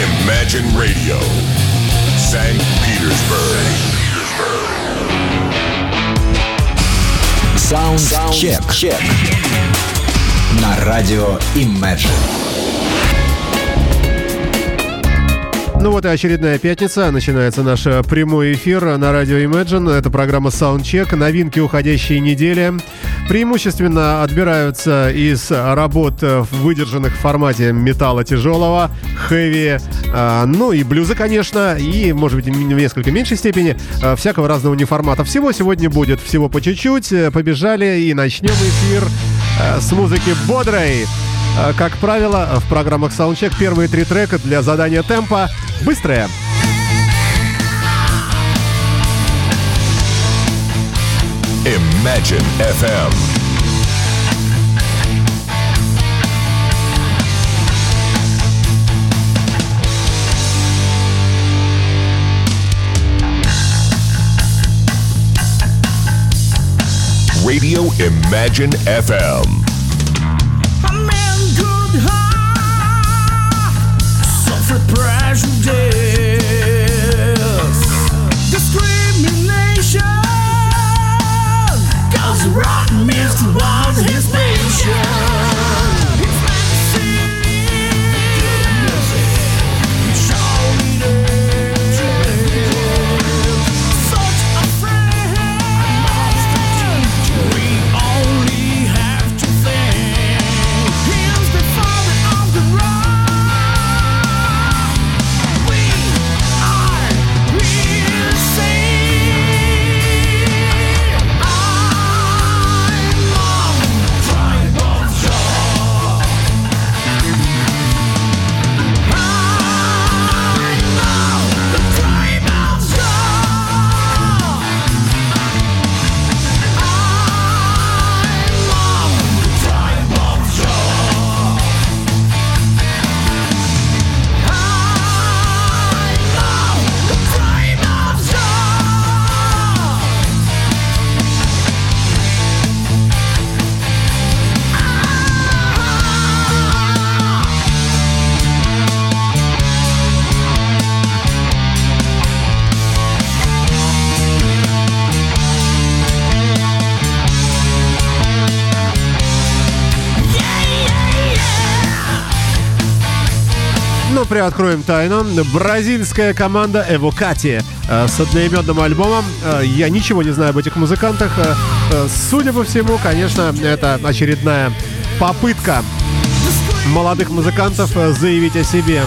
Imagine Radio, St. Petersburg. Саундчек на радио Imagine. Ну вот и очередная пятница. Начинается наш прямой эфир на радио Imagine. Это программа Soundcheck. Новинки уходящей недели. Преимущественно отбираются из работ, выдержанных в формате металла тяжелого, хэви, ну и блюза, конечно, и, может быть, в несколько меньшей степени, всякого разного неформата. Всего сегодня будет, всего по чуть-чуть. Побежали и начнем эфир с музыки бодрой. Как правило, в программах Soundcheck первые 3 трека для задания темпа быстрые. Imagine FM. Radio Imagine FM. Prejudice, discrimination, cause rotten means towards his nation. Приоткроем тайну. Бразильская команда Evocati с одноименным альбомом. Я ничего не знаю об этих музыкантах. Судя по всему, конечно, это очередная попытка молодых музыкантов заявить о себе.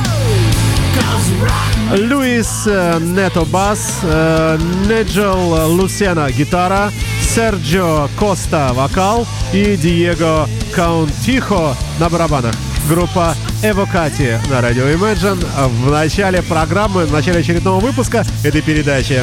Луис Нето бас, Неджел Лусена гитара, Серджио Коста вокал и Диего Каунтихо на барабанах. Группа Evocati на радио Imagine в начале программы, в начале очередного выпуска этой передачи.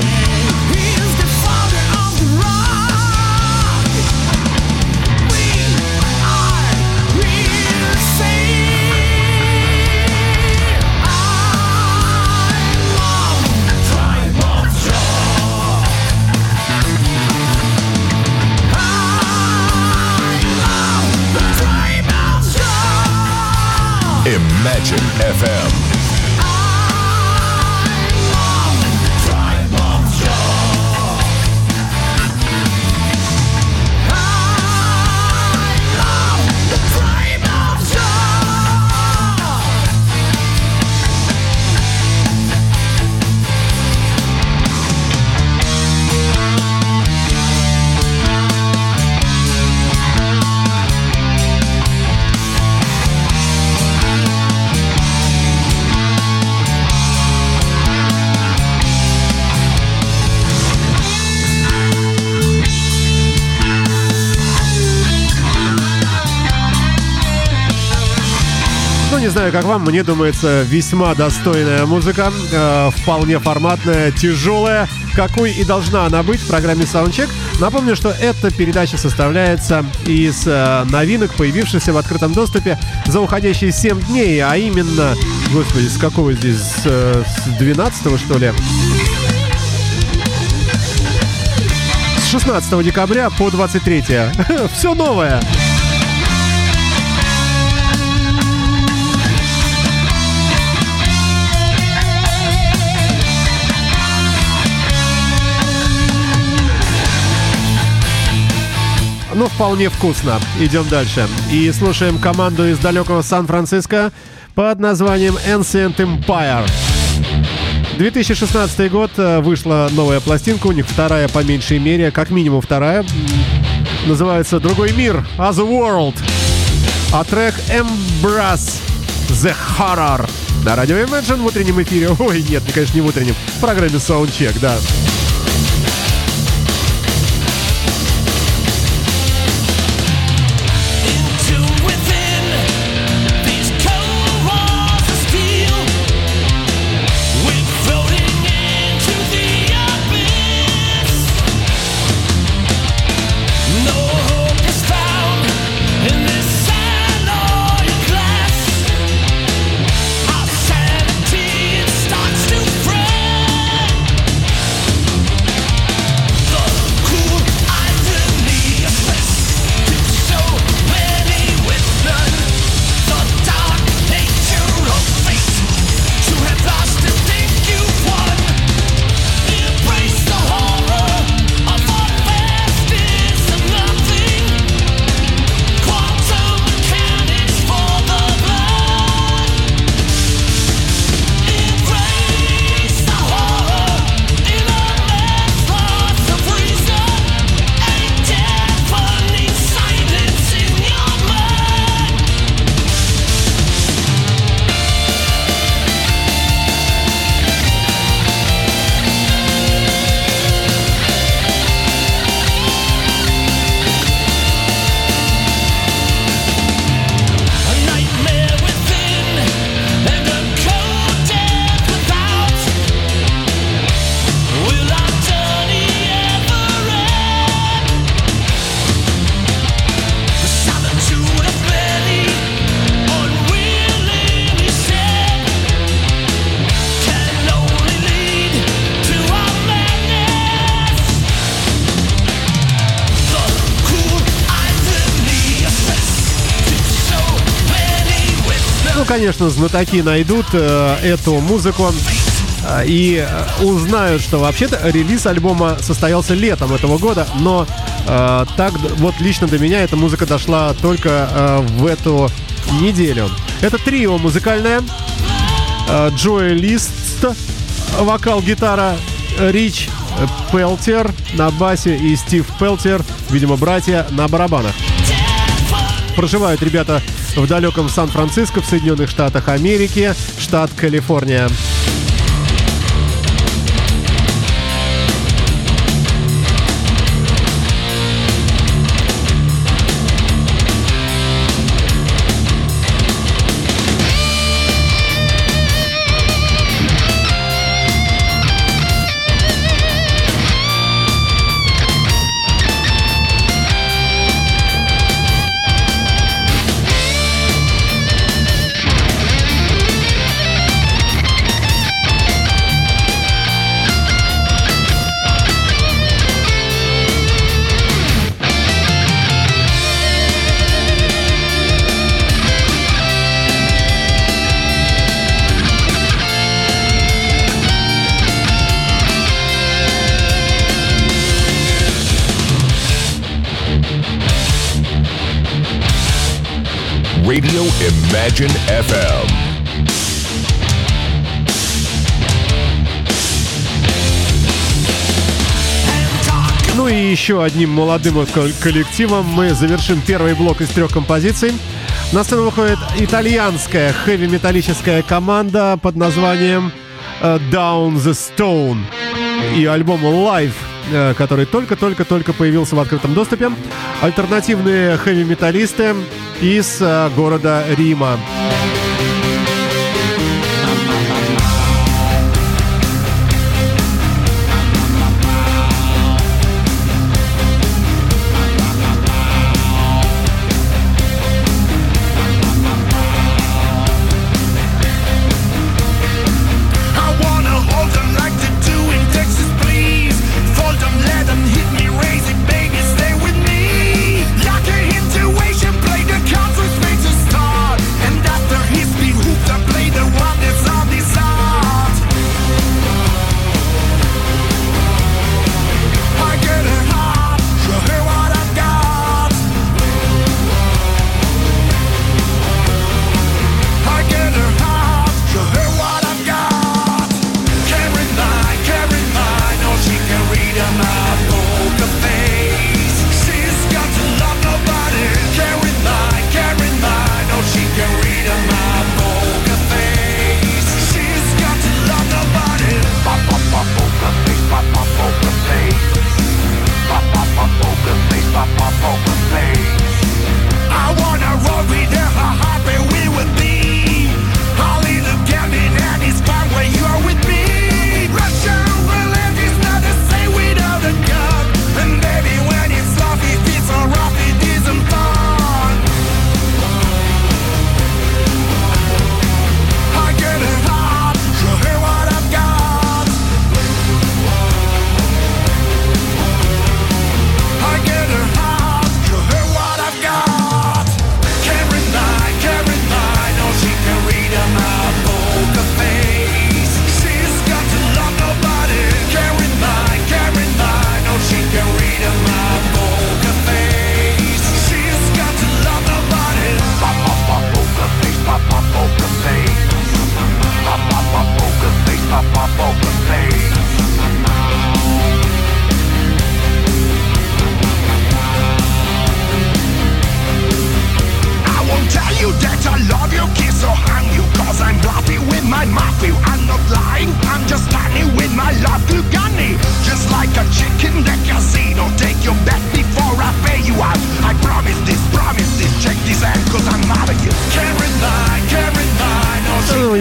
Imagine FM. Не знаю, как вам, мне думается, весьма достойная музыка, вполне форматная, тяжелая, какой и должна она быть в программе Soundcheck. Напомню, что эта передача составляется из новинок, появившихся в открытом доступе за уходящие 7 дней, а именно, господи, с какого здесь, с 12-го, что ли? С 16 декабря по 23. Все новое. вполне вкусно. Идем дальше. И слушаем команду из далекого Сан-Франциско под названием Ancient Empire. 2016 год, вышла новая пластинка, у них вторая по меньшей мере, как минимум вторая. Называется «Другой мир», Other World. А трек Embrace the Horror. На радио Imagine в утреннем эфире. Ой, нет, конечно, не в утреннем. В программе Soundcheck, да. Конечно, знатоки найдут эту музыку и узнают, что вообще-то релиз альбома состоялся летом этого года, но так вот лично до меня эта музыка дошла только в эту неделю. Это трио музыкальное. Джои Лист, вокал, гитара, Рич Пелтер на басе и Стив Пелтер, видимо, братья, на барабанах. Проживают ребята в далеком Сан-Франциско, в Соединенных Штатах Америки, штат Калифорния. Radio Imagine FM. Ну и еще одним молодым коллективом мы завершим первый блок из 3 композиций. На сцену выходит итальянская хэви-металлическая команда под названием Down the Stone и альбом Live, который только-только появился в открытом доступе. Альтернативные хэви-металлисты из города Рима. After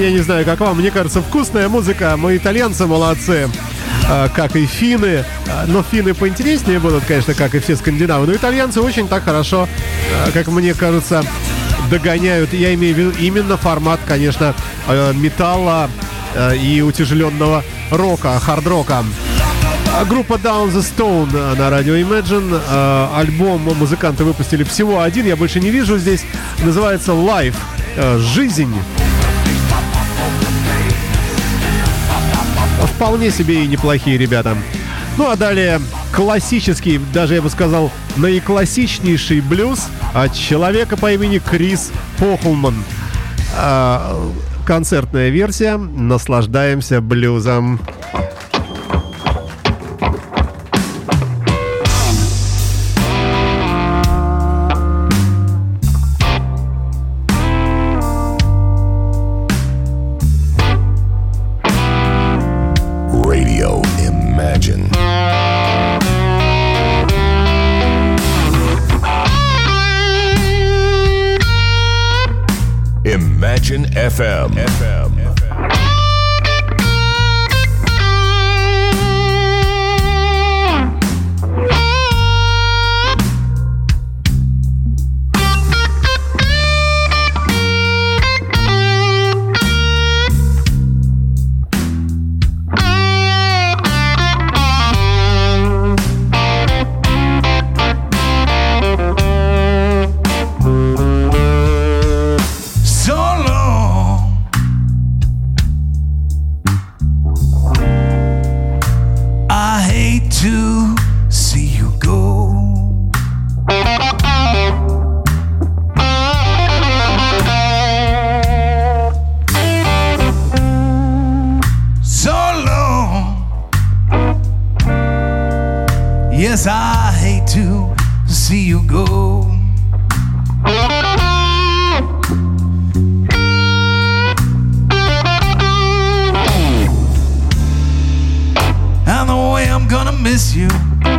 я не знаю, как вам, мне кажется, вкусная музыка. Мы итальянцы молодцы, как и финны. Но финны поинтереснее будут, конечно, как и все скандинавы. Но итальянцы очень так хорошо, как мне кажется, догоняют. Я имею в виду именно формат, конечно, металла и утяжеленного рока, хард-рока. Группа Down the Stone на радио Imagine. Альбом музыканты выпустили всего один, я больше не вижу здесь. Называется Life. Жизнь. Вполне себе и неплохие ребята. Ну а далее классический, даже я бы сказал, наиклассичнейший блюз от человека по имени Крис Похлман. Концертная версия. Наслаждаемся блюзом. Imagine FM. Yes, I hate to see you go. And the way I'm gonna miss you,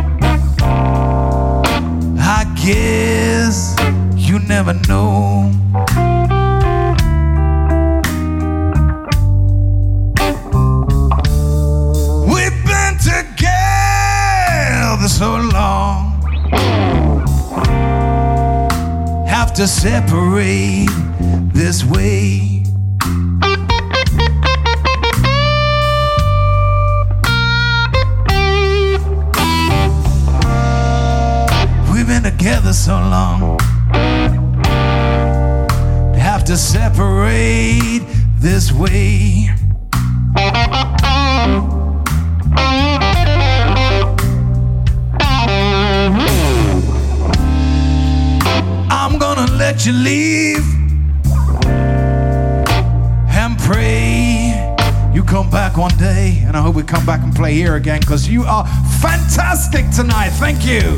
I guess you never know. We've been together so long, have to separate this way. We've been together so long, have to separate this way. I'm gonna let you leave and pray you come back one day, and I hope we come back and play here again, because you are fantastic tonight. Thank you.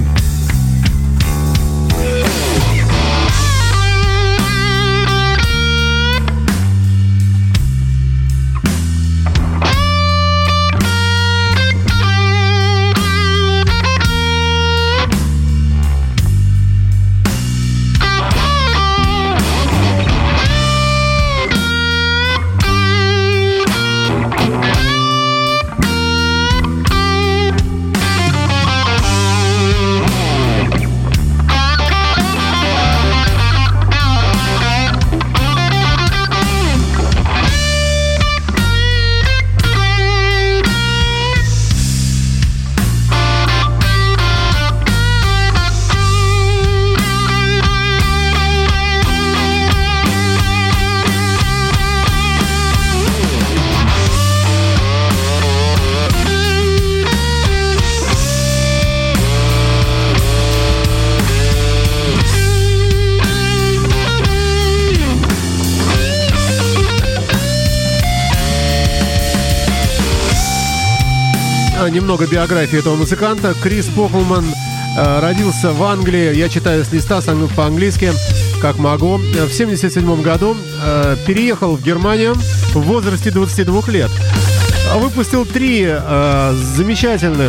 Немного биографии этого музыканта. Крис Похлман родился в Англии. Я читаю с листа по-английски, как могу. В 1977 году переехал в Германию в возрасте 22 лет. Выпустил 3 замечательных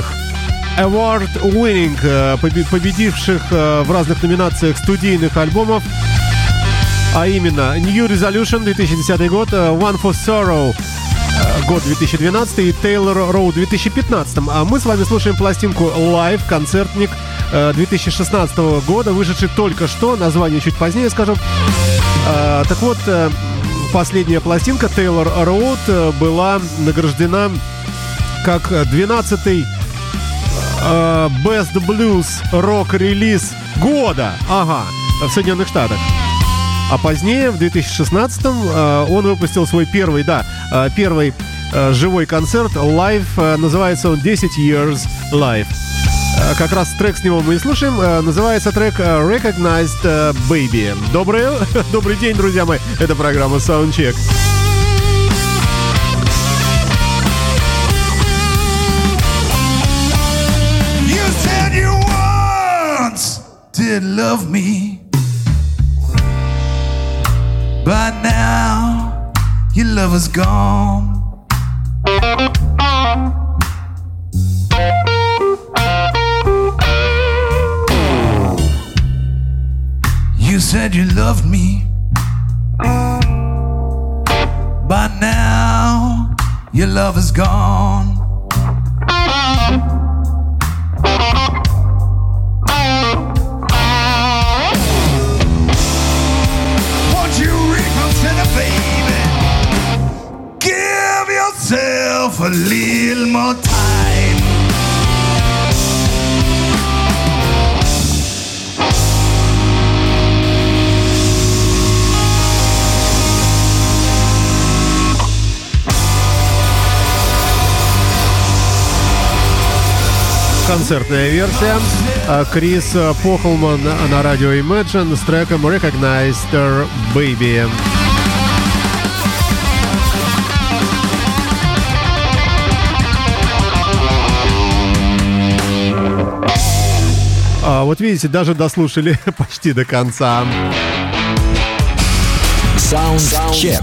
award-winning, победивших в разных номинациях студийных альбомов. А именно New Resolution 2010 год, One for Sorrow год 2012 и Taylor Road 2015. А мы с вами слушаем пластинку Live, концертник 2016 года, вышедший только что, название чуть позднее скажем. Так вот, последняя пластинка Taylor Road была награждена как 12-й Best Blues Rock релиз года, в Соединенных Штатах. А позднее, в 2016-м, он выпустил свой первый живой концерт Live, называется он 10 Years Live. Как раз трек с него мы и слушаем, называется трек Recognized Baby. Добрый день, друзья мои, это программа Soundcheck. You said you once did love me, but now your love is gone. You said you loved me, but now your love is gone. Won't you reconsider, baby? Give yourself a little more time. Концертная версия. Крис Похолман на радио Imagine с треком Recognized Baby. Вот видите, даже дослушали почти до конца. Soundcheck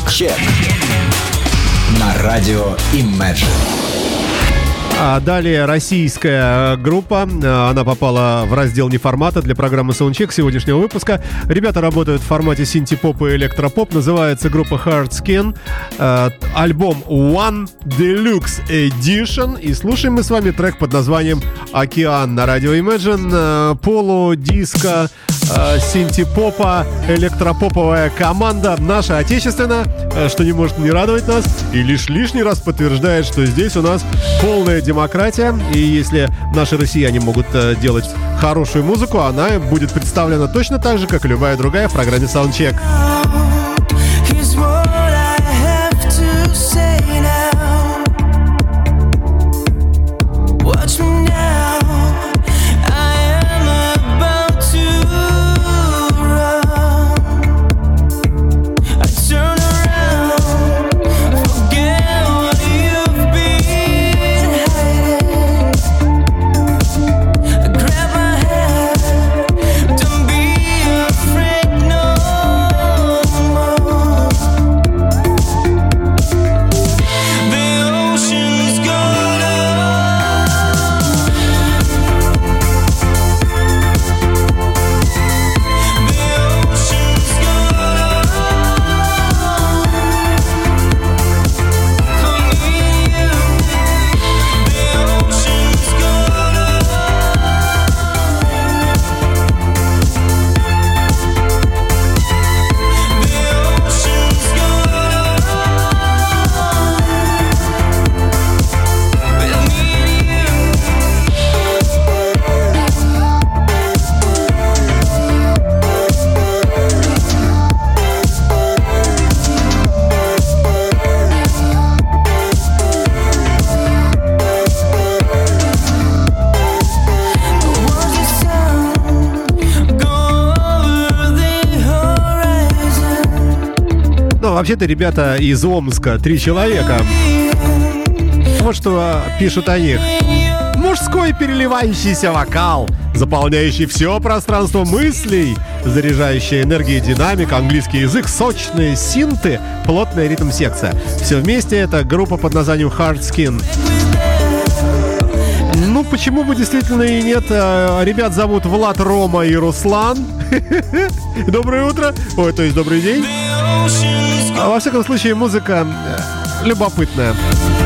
на радио Imagine. А далее российская группа, она попала в раздел неформата для программы Soundcheck сегодняшнего выпуска. Ребята работают в формате синти-поп и электропоп, называется группа Hard Skin, альбом One Deluxe Edition, и слушаем мы с вами трек под названием «Океан» на радио Imagine. Полудиско, синти-попа, электропоповая команда, наша отечественная, что не может не радовать нас, и лишь лишний раз подтверждает, что здесь у нас полная демократия, и если наши россияне могут делать хорошую музыку, она будет представлена точно так же, как и любая другая в программе Soundcheck. Вообще-то ребята из Омска, 3 человека. Вот что пишут о них. Мужской переливающийся вокал, заполняющий все пространство мыслей, заряжающая энергией динамика, английский язык, сочные синты, плотная ритм-секция. Все вместе это группа под названием Hard Skin. Ну, почему бы действительно и нет. Ребят зовут Влад, Рома и Руслан. Доброе утро. Ой, то есть добрый день. Во всяком случае, музыка любопытная.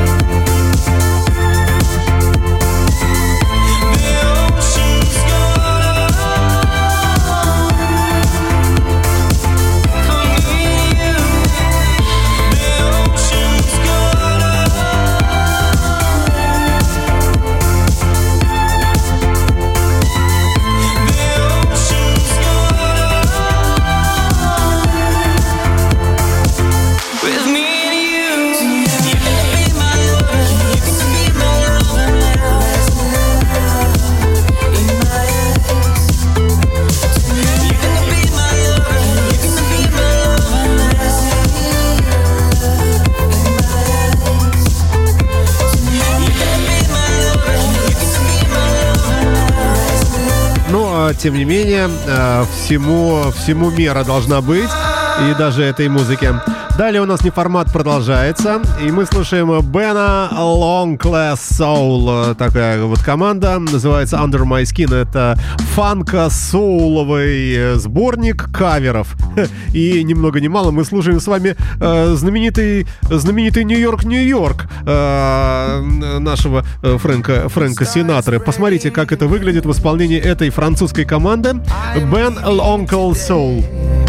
Тем не менее, всему мера должна быть, и даже этой музыке. Далее у нас неформат продолжается, и мы слушаем Бена Long Class Soul. Такая вот команда, называется Under My Skin. Это фанко-соуловый сборник каверов. И ни много ни мало мы слушаем с вами знаменитый Нью-Йорк нашего Фрэнка Синатры. Посмотрите, как это выглядит в исполнении этой французской команды Ben Long Class Soul.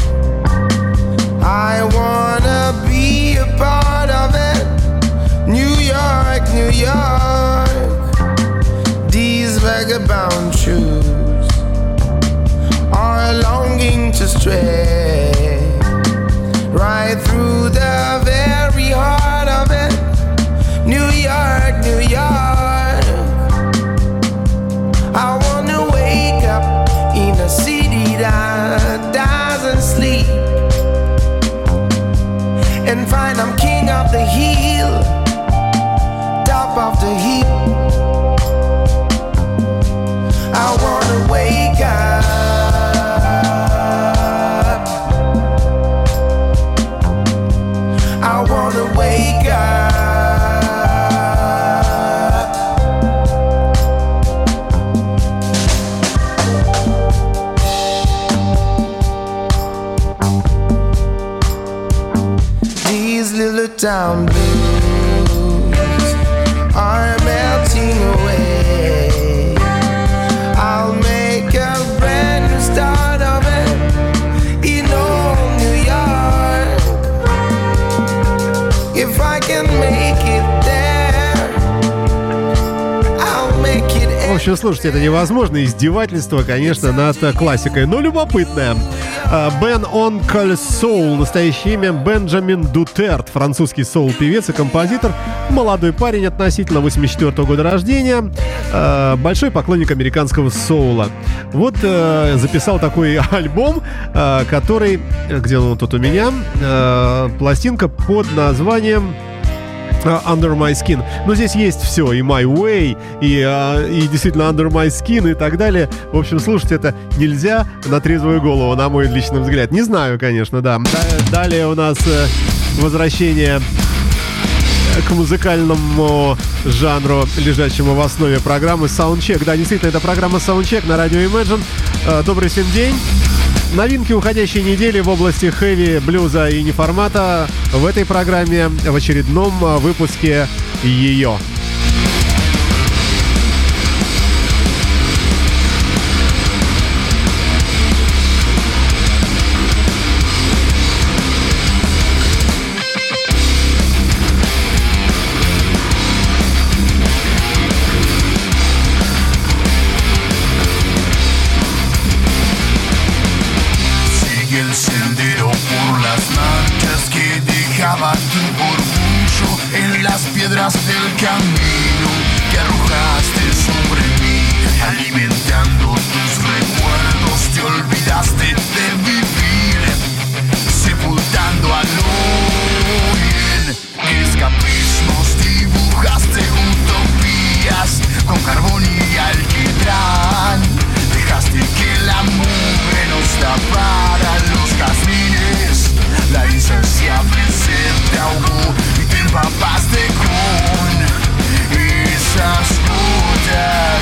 I wanna be a part of it. New York, New York. These vagabond shoes are longing to stray right through the very heart of it. New York, New York. I wanna wake up in a city that doesn't sleep and find I'm king of the hill, top of the heap. I wanna wake up. I wanna wake up. Little town blues are melting away. I'll make a brand new start of it in old New York. If I can make it there, I'll make it. В общем, слушайте, это невозможно. Издевательство, конечно, над классикой, но любопытное. Ben Long Class Soul, настоящее имя Бенджамин Дутерт, французский соул-певец и композитор, молодой парень относительно 84-го года рождения, большой поклонник американского соула. Вот записал такой альбом, который, где он тут у меня, пластинка под названием Under My Skin. Но здесь есть все, и My Way, и действительно Under My Skin и так далее. В общем, слушать это нельзя на трезвую голову, на мой личный взгляд. Не знаю, конечно, да. Далее у нас возвращение к музыкальному жанру, лежащему в основе программы Soundcheck. Да, действительно, это программа Soundcheck на радио Imagine. Добрый всем день. Новинки уходящей недели в области хэви, блюза и неформата в этой программе, в очередном выпуске ее. Del camino que arrojaste sobre mí, alimentando tus recuerdos, te olvidaste de vivir, sepultando a lo bien, escapismos, dibujaste utopías con carbón y alquitrán, dejaste que la mugre nos tapara los jazmines, la insaciable sed te ahogó y te empapaste con esas gotas.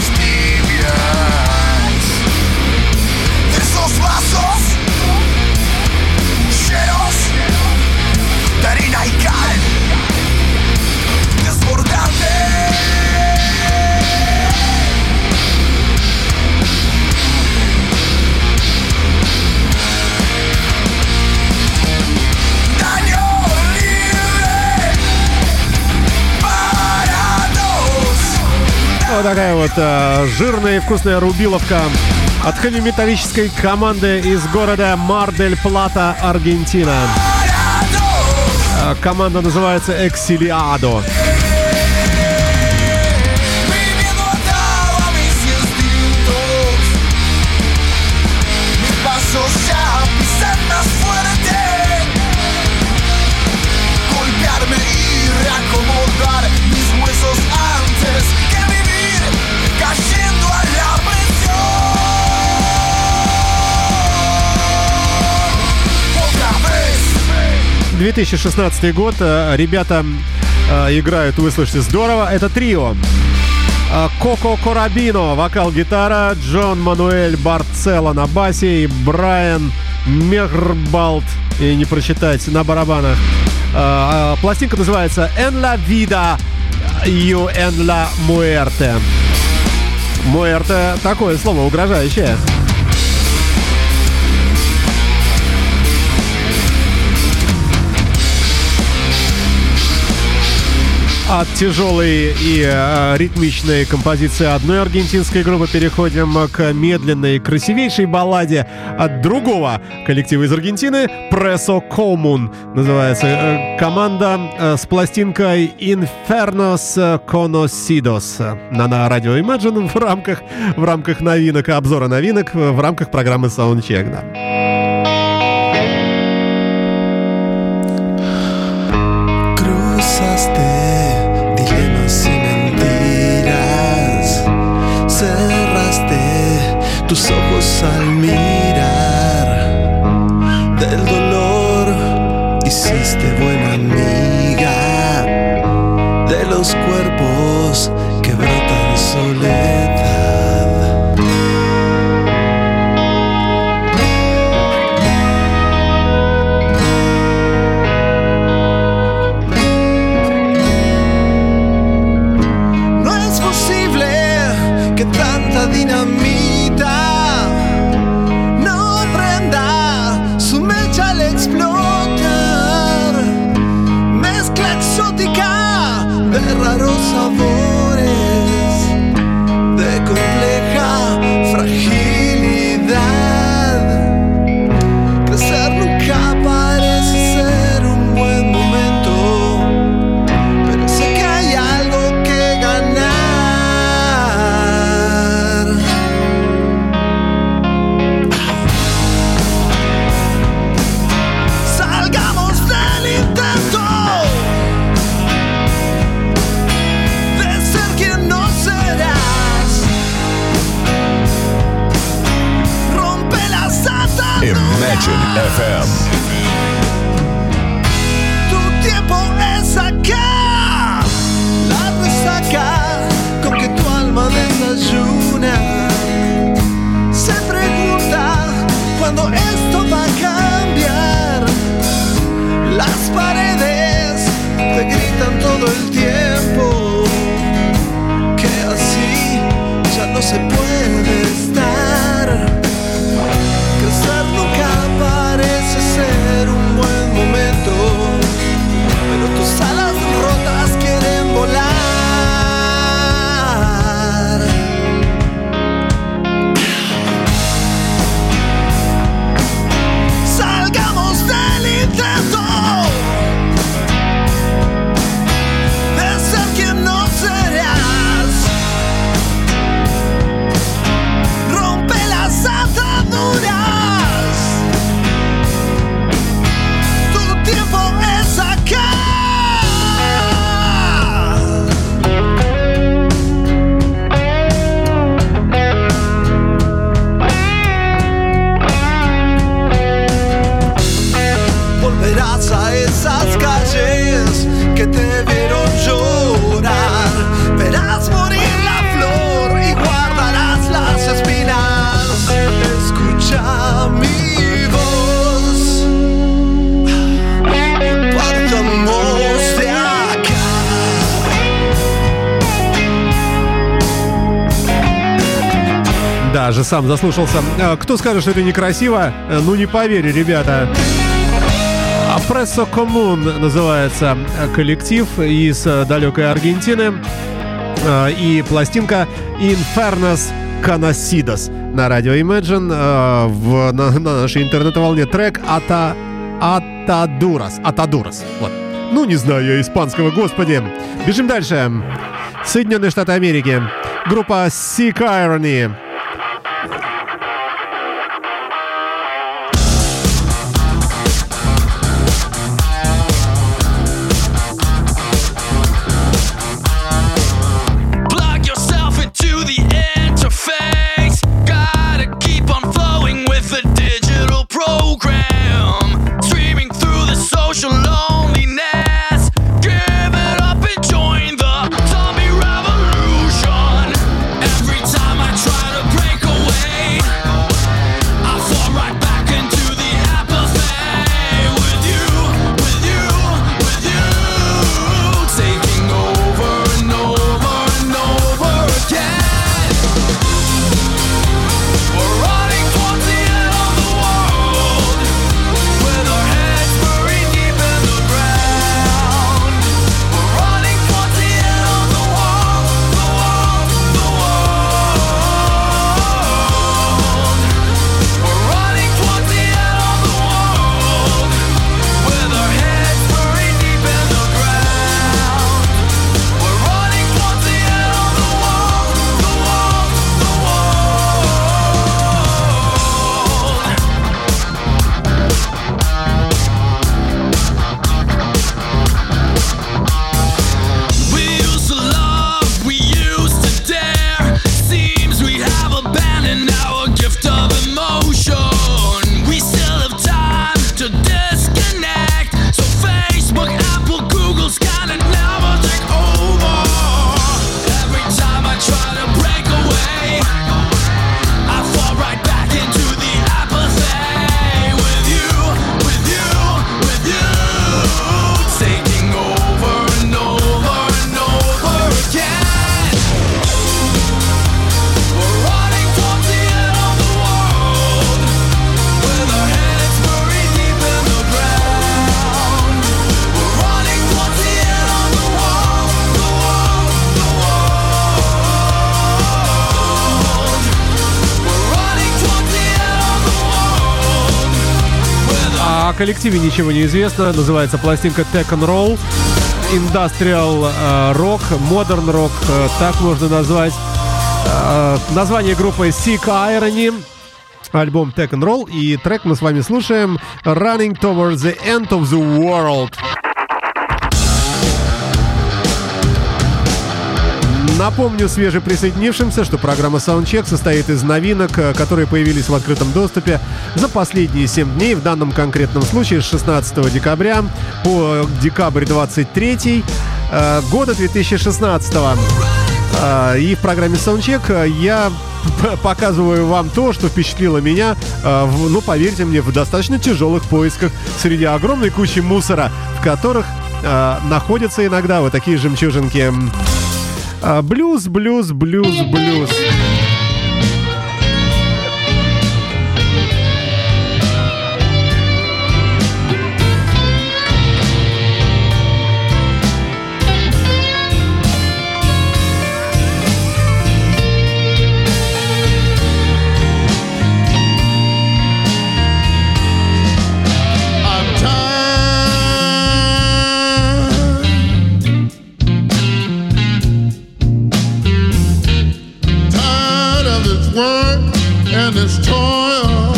Вот такая вот жирная и вкусная рубиловка от хэви-металлической команды из города Мар-дель-Плата, Аргентина. Команда называется Exiliado. — 2016 год. Ребята играют, вы слышите, здорово. Это трио. Коко Корабино, вокал-гитара, Джон Мануэль Барцелло на басе и Брайан Мехрбалт, и не прочитать, на барабанах. Пластинка называется «En la vida y en la muerte». Muerte — такое слово угрожающее. От тяжелой и ритмичной композиции одной аргентинской группы переходим к медленной, красивейшей балладе от другого коллектива из Аргентины. Preso Común называется команда, с пластинкой Infernos Conocidos на радио Imagine в рамках новинок, обзора новинок в рамках программы Soundcheck. Да. Tus ojos al mirar del dolor hiciste buena amiga de los cuerpos que brotan soledad. No es posible que tanta dinamita de raros sabores, de compleja fragilidad. Crecer nunca parece ser un buen momento, pero sé que hay algo que ganar. Salgamos del intento Imagine FM. Tu tiempo es acá, la resaca con que tu alma desayuna. Se pregunta cuándo esto va a cambiar. Las paredes te gritan todo el tiempo que así ya no se puede estar. Crecer nunca parece ser un buen momento, pero tus alas rotas quieren volar. Salgamos del intento de ser quien no serás. Rompe las ataduras. Volverás a esas calles que te vieron llorar. Verás morir la flor y guardarás las espinas. Escucha mi voz, partamos de acá. Даже сам заслушался. Кто скажет, что это некрасиво? Ну не поверю, ребята. Preso Común называется коллектив из далекой Аргентины. и пластинка Infernos Conocidos на радио Imagine, на нашей интернет-волне трек Ataduras. Вот. Ну, не знаю я испанского, господи. Бежим дальше. Соединенные Штаты Америки. Группа Sick Irony. О коллективе ничего не известно. Называется пластинка Tech and Roll. Industrial Rock, Modern Rock, так можно назвать. Название группы Sick Irony. Альбом Tech and Roll. И трек мы с вами слушаем Running Towards the End of the World. Напомню свежеприсоединившимся, что программа Soundcheck состоит из новинок, которые появились в открытом доступе за последние 7 дней, в данном конкретном случае с 16 декабря по декабрь 23 года 2016. И в программе Soundcheck я показываю вам то, что впечатлило меня, ну, поверьте мне, в достаточно тяжелых поисках среди огромной кучи мусора, в которых находятся иногда вот такие жемчужинки. Блюз. This toil,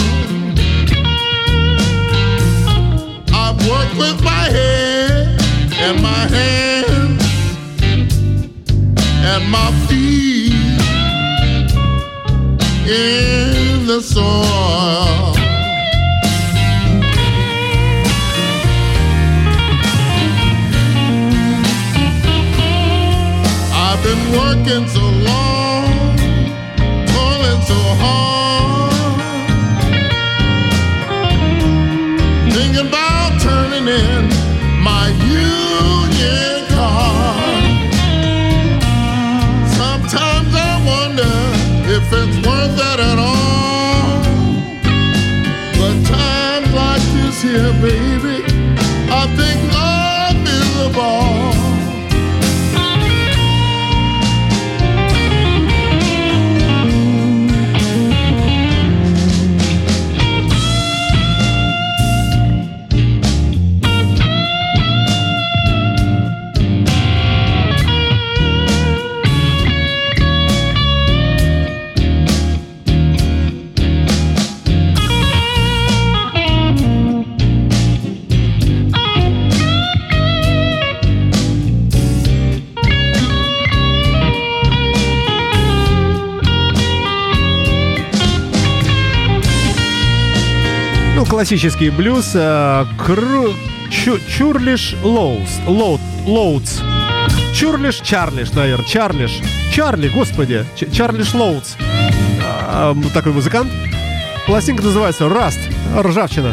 I've worked with my head and my hands and my feet in the soil. I've been working so long, toiling so hard, thinking about turning in my union card. Sometimes I wonder if it's worth it at all. But times like this here, baby, I think love is the ball. классический блюз. Чурлиш Лоудс. Чарлиш, наверное. Чарли, господи. Чарлиш Лоудс. Такой музыкант. Пластинка называется Rust. Ржавчина.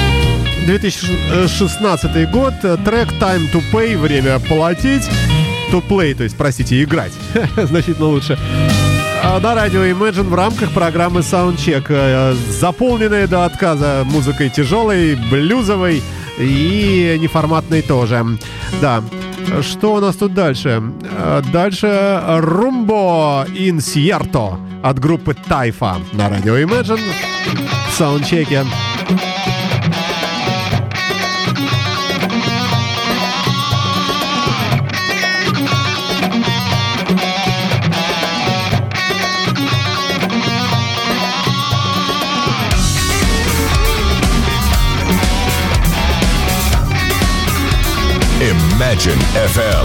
2016 год. Трек Time to Pay. Время платить. To play, то есть, простите, играть. Значительно лучше. На радио Imagine в рамках программы Soundcheck. Заполненная до отказа музыкой тяжелой, блюзовой и неформатной тоже. Да. Что у нас тут дальше? Дальше Rumbo Incierto от группы Taifa на радио Imagine в саундчеке. Imagine FM.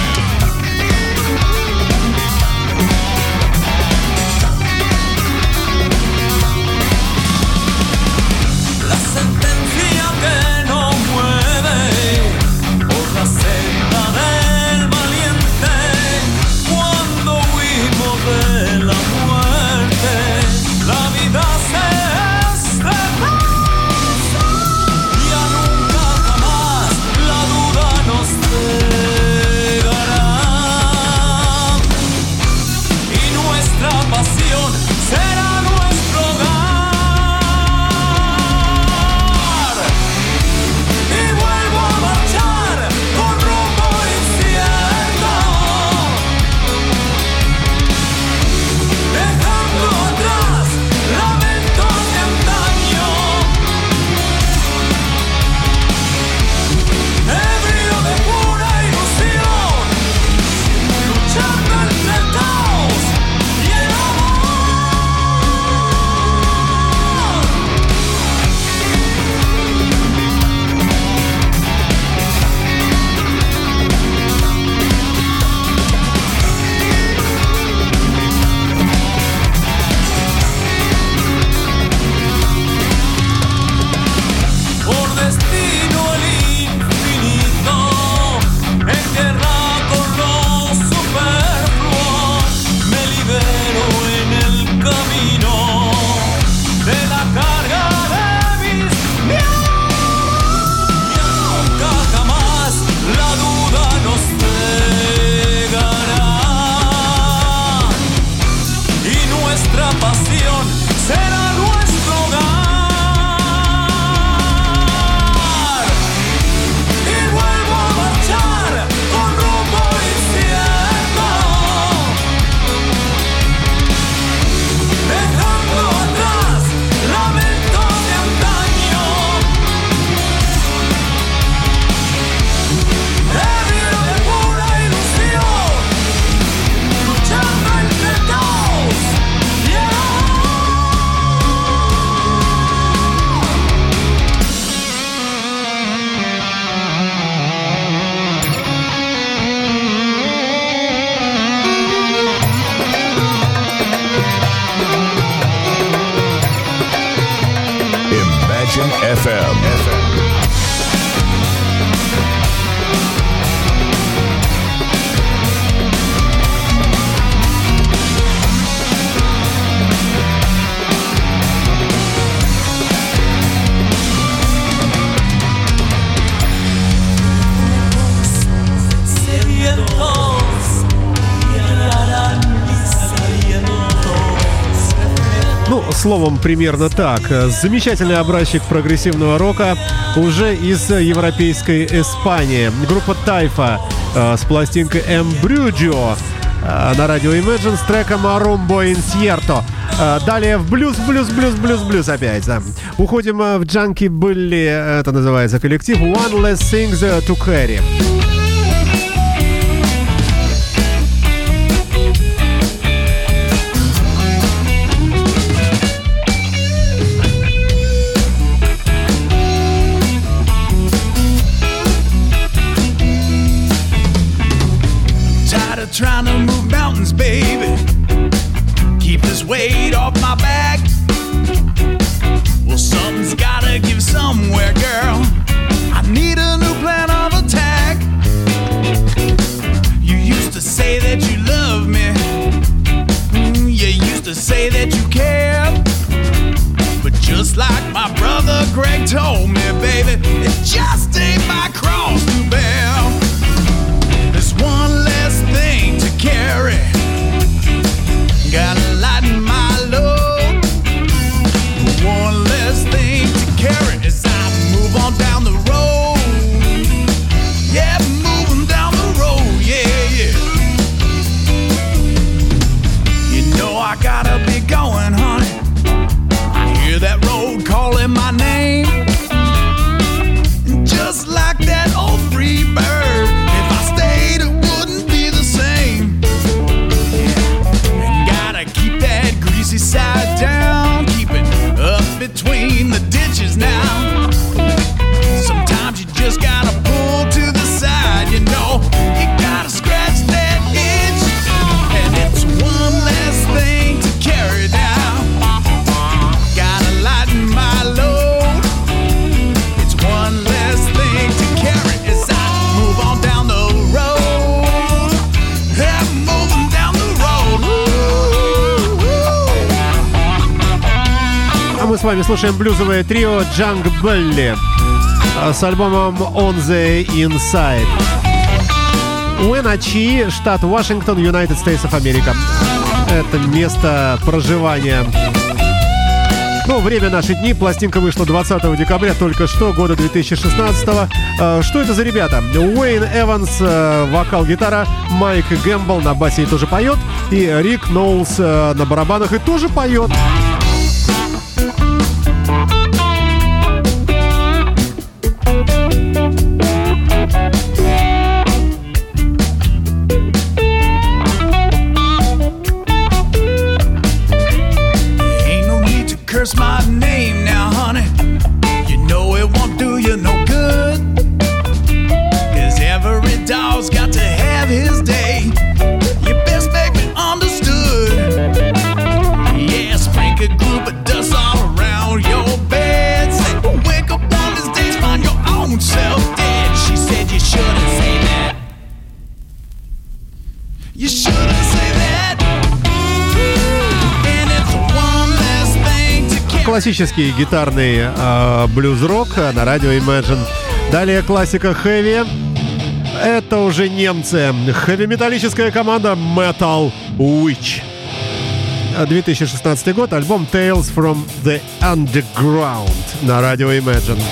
FM. Словом, примерно так. Замечательный образчик прогрессивного рока уже из европейской Испании. Группа Taifa с пластинкой Embrugio на радио Imagine с треком Rumbo Incierto. Далее в блюз опять. Да. Уходим в Junkie Billy, это называется коллектив One Less Things to Carry. Trying to move mountains, baby. Keep this weight off my back. Well, something's gotta give somewhere, girl. I need a new plan of attack. You used to say that you love me. You used to say that you care. But just like my brother Greg told me, baby, it just ain't my cross to bear. There's one less thing to carry. Gotta lighten my load. One less thing to carry as I move on down the road. Yeah, moving down the road, yeah, yeah. You know I gotta be going, honey. I hear that road calling my name. And just like that old free bird, if I stayed it wouldn't be the same. Yeah. And gotta keep that greasy side down. Keep it up between the ditches now. Sometimes you just gotta pull to the side, you know. You gotta scratch that itch. And it's one less thing to carry down. Gotta lighten my load. It's one less thing to carry as I move on down the road. Yeah, moving down the road. А мы с вами слушаем блюзовое трио Junk Belly с альбомом On the Inside. Уэначи, штат Вашингтон, United States of America. Это место проживания. Ну, время наши дни. Пластинка вышла 20 декабря, только что, года 2016-го. Что это за ребята? Уэйн Эванс, вокал, гитара. Майк Гэмбл на басе и тоже поет. И Рик Ноулс на барабанах и тоже поет. Curse my name now, honey. You know it won't do you no good. 'Cause every dog's got to have his day. You best make me understood. Yeah, sprinkle a group of dust all around your bed. Say, wake up on this day, find your own self dead. She said you shouldn't say that. You shouldn't say that. Классический гитарный блюз-рок на радио Imagine. Далее классика хэви. Это уже немцы. Хэви-металлическая команда Metal Witch. 2016 год. Альбом Tales from the Underground на радио Imagine.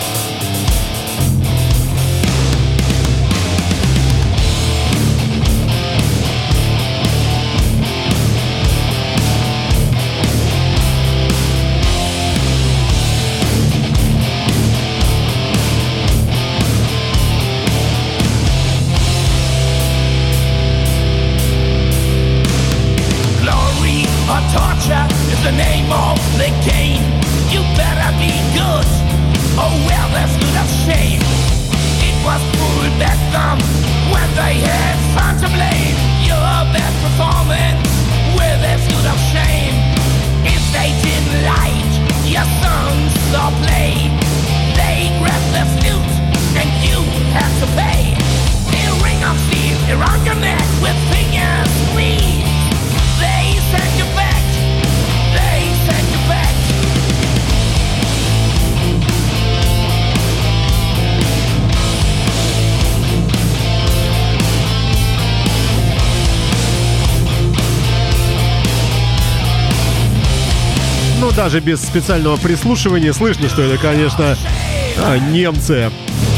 Даже без специального прислушивания слышно, что это, конечно, немцы.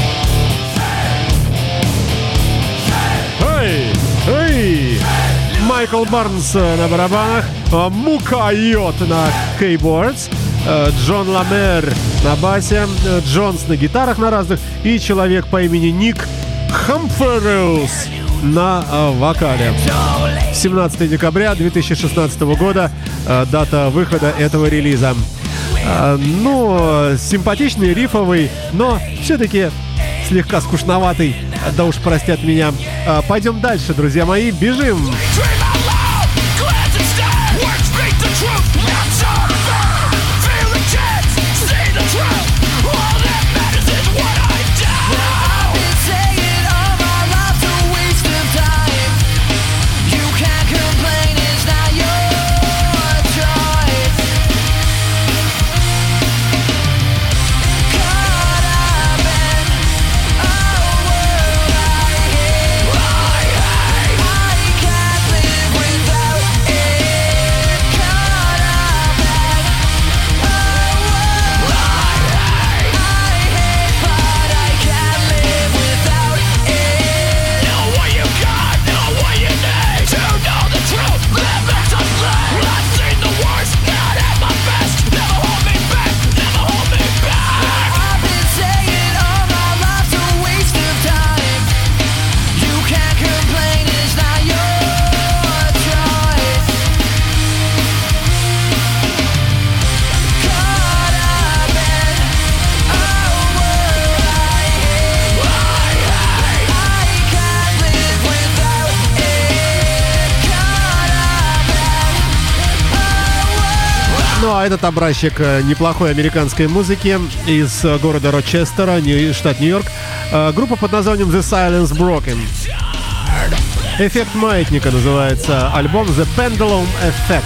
Эй! Эй! Майкл Барнс на барабанах, Мукайот на кейбордс, Джон Ламер на басе, Джонс на гитарах на разных и человек по имени Ник Хамферус на вокале. 17 декабря 2016 года дата выхода этого релиза. Ну, симпатичный, рифовый, но все-таки слегка скучноватый. Да уж простят меня. Пойдем дальше, друзья мои, бежим! Words speak the truth, not so fair. Feel the chance, see the Ну а этот образчик неплохой американской музыки из города Рочестера, штат Нью-Йорк. Группа под названием The Silence Broken. «Эффект маятника» называется альбом, The Pendulum Effect.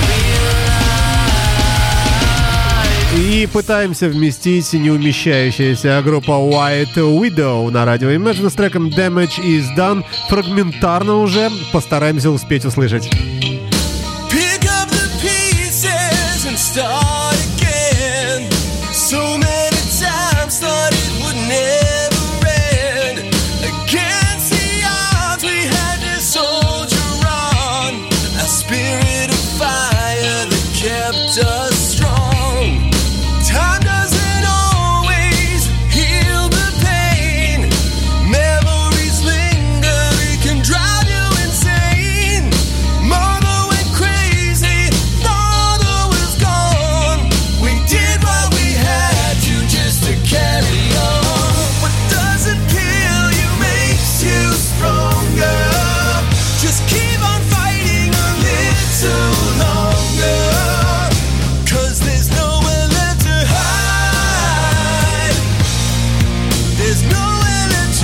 И пытаемся вместить неумещающаяся группа White Widow на радио Imagine с треком Damage is Done. Фрагментарно уже, постараемся успеть услышать. Pick up the pieces and start again. So many times thought it would never end. Against the odds we had to soldier on. A spirit of fire that kept us strong. Time doesn't always heal the pain. Memories linger, it can drive you insane. Mother went crazy, father was gone. We did what we had to just to carry on. What doesn't kill you makes you stronger. Just keep on fighting a little longer. 'Cause there's nowhere left to hide. There's nowhere left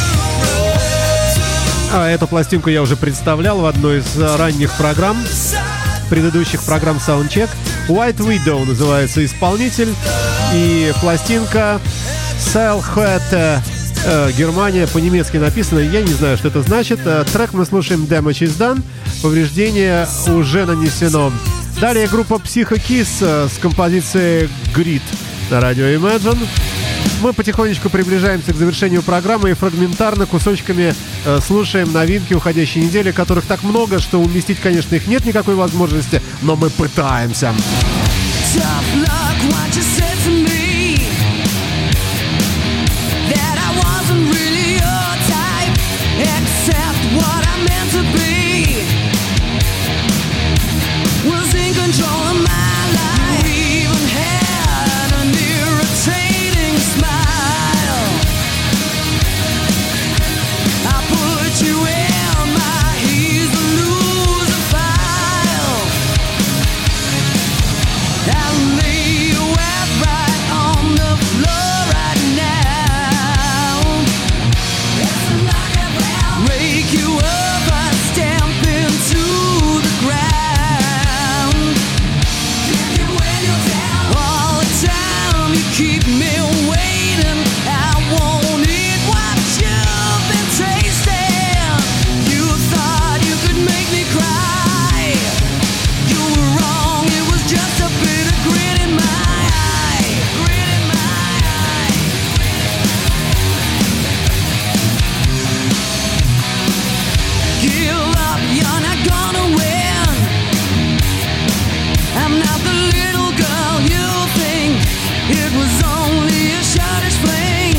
to run. Эту пластинку я уже представлял в одной из ранних программ, предыдущих программ Soundcheck. White Widow называется исполнитель. И пластинка Selchette, Германия, по-немецки написано. Я не знаю, что это значит. Трек мы слушаем Damage is Done. Повреждение уже нанесено. Далее группа Psycho Kiss с композицией Grit на радио Imagine. Мы потихонечку приближаемся к завершению программы и фрагментарно кусочками слушаем новинки уходящей недели, которых так много, что уместить, конечно, их нет никакой возможности, но мы пытаемся. Tough luck, what you said to me, that I wasn't really your type, except what I meant to be, was in control of my life. You even had an irritating smile. I put you in my He's the Loser file. I'll lay you out right on the floor right now. Rake you up and stamp into the ground. All the time you keep me waiting. I won't eat what you've been tasting. You thought you could make me cry. You were wrong, it was just a bit of grit in my eye. Grit in my eye. Give up, you're not gonna win. I'm not the little girl you think. It was only a shortish fling,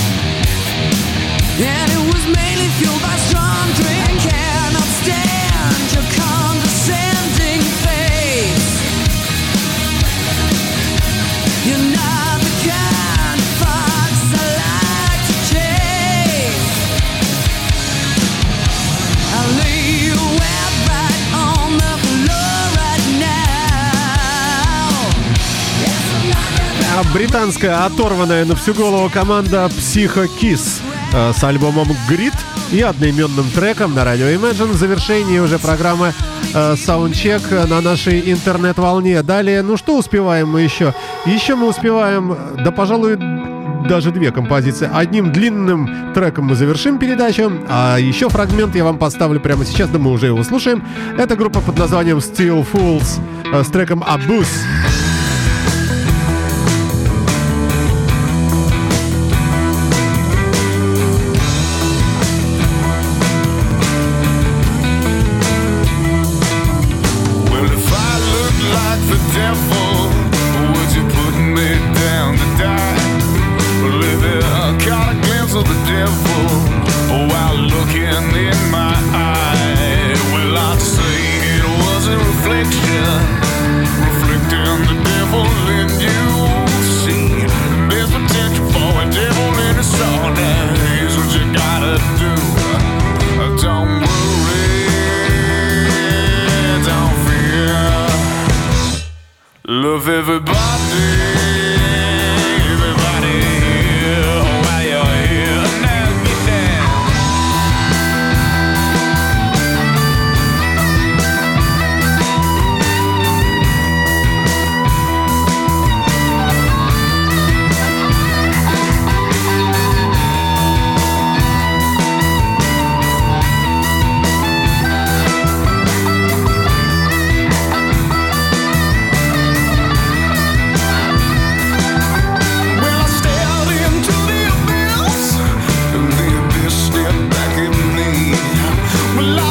and it was mainly fueled by strong drink. I cannot stand your condescending face. You're not the kind of fox I like to chase. I'll lay you out right on the floor right now. Британская, оторванная на всю голову команда Psycho Kiss с альбомом Grit и одноименным треком на радио Imagine. В завершении уже программы Soundcheck на нашей интернет-волне. Далее, ну что успеваем мы еще? Еще мы успеваем, да, пожалуй, даже две композиции. Одним длинным треком мы завершим передачу, а еще фрагмент я вам поставлю прямо сейчас, да мы уже его слушаем. Это группа под названием Steel Fools с треком Abuse. Well, if I look like the devil, would you put me down to die? Well, if you caught a glimpse of the devil while looking in my eye, well, I'd say it was a reflection, reflecting the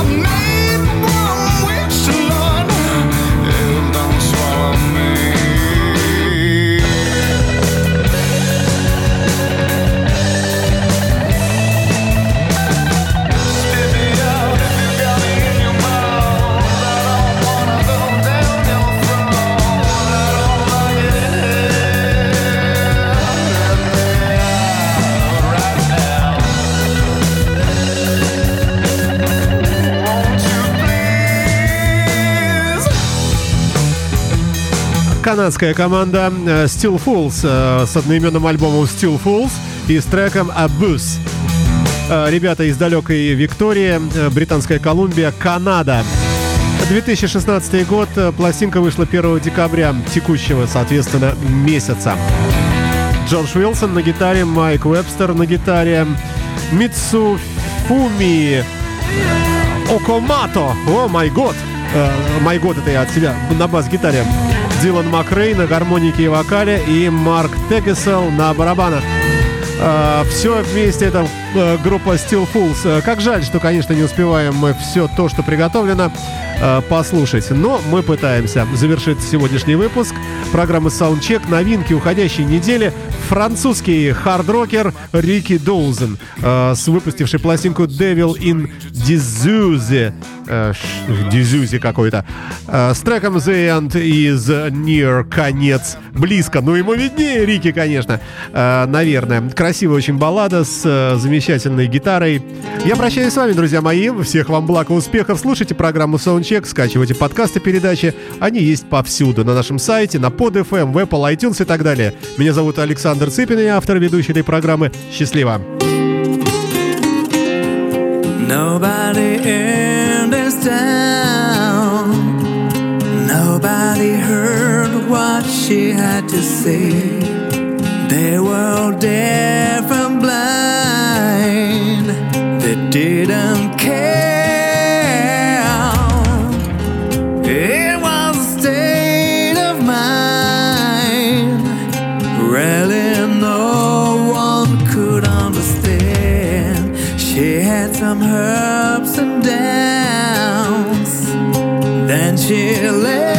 Канадская команда Still Fools с одноименным альбомом Still Fools и с треком Abuse. Ребята из далекой Виктории, Британская Колумбия, Канада. 2016 год, пластинка вышла 1 декабря текущего, соответственно, месяца. Джордж Уилсон на гитаре, Майк Уэбстер на гитаре, Митсуфуми Окомато, о май год, май год это я от себя, на бас-гитаре, Дилан Макрей на гармонике и вокале и Марк Тегесел на барабанах. Все вместе это группа Still Fools. Как жаль, что, конечно, не успеваем мы все то, что приготовлено, послушать. Но мы пытаемся завершить сегодняшний выпуск программы Soundcheck. Новинки уходящей недели. Французский хард-рокер Рики Доузен, выпустивший пластинку Devil in Disuse. Disuse какой-то. С треком The End is Near, конец. Близко. Ну, ему виднее, Рики, конечно. Наверное. Красивая очень баллада с замечательной гитарой. Я прощаюсь с вами, друзья мои. Всех вам благ и успехов. Слушайте программу Soundcheck, скачивайте подкасты передачи. Они есть повсюду. На нашем сайте, на PodFM, в Apple, iTunes и так далее. Меня зовут Александр Цыпин, я автор ведущей этой программы. Счастливо! Nobody in this town, nobody heard what she had to say. They were deaf and blind, they didn't care. It was a state of mind, really no one could understand. She had some ups and downs, then she left.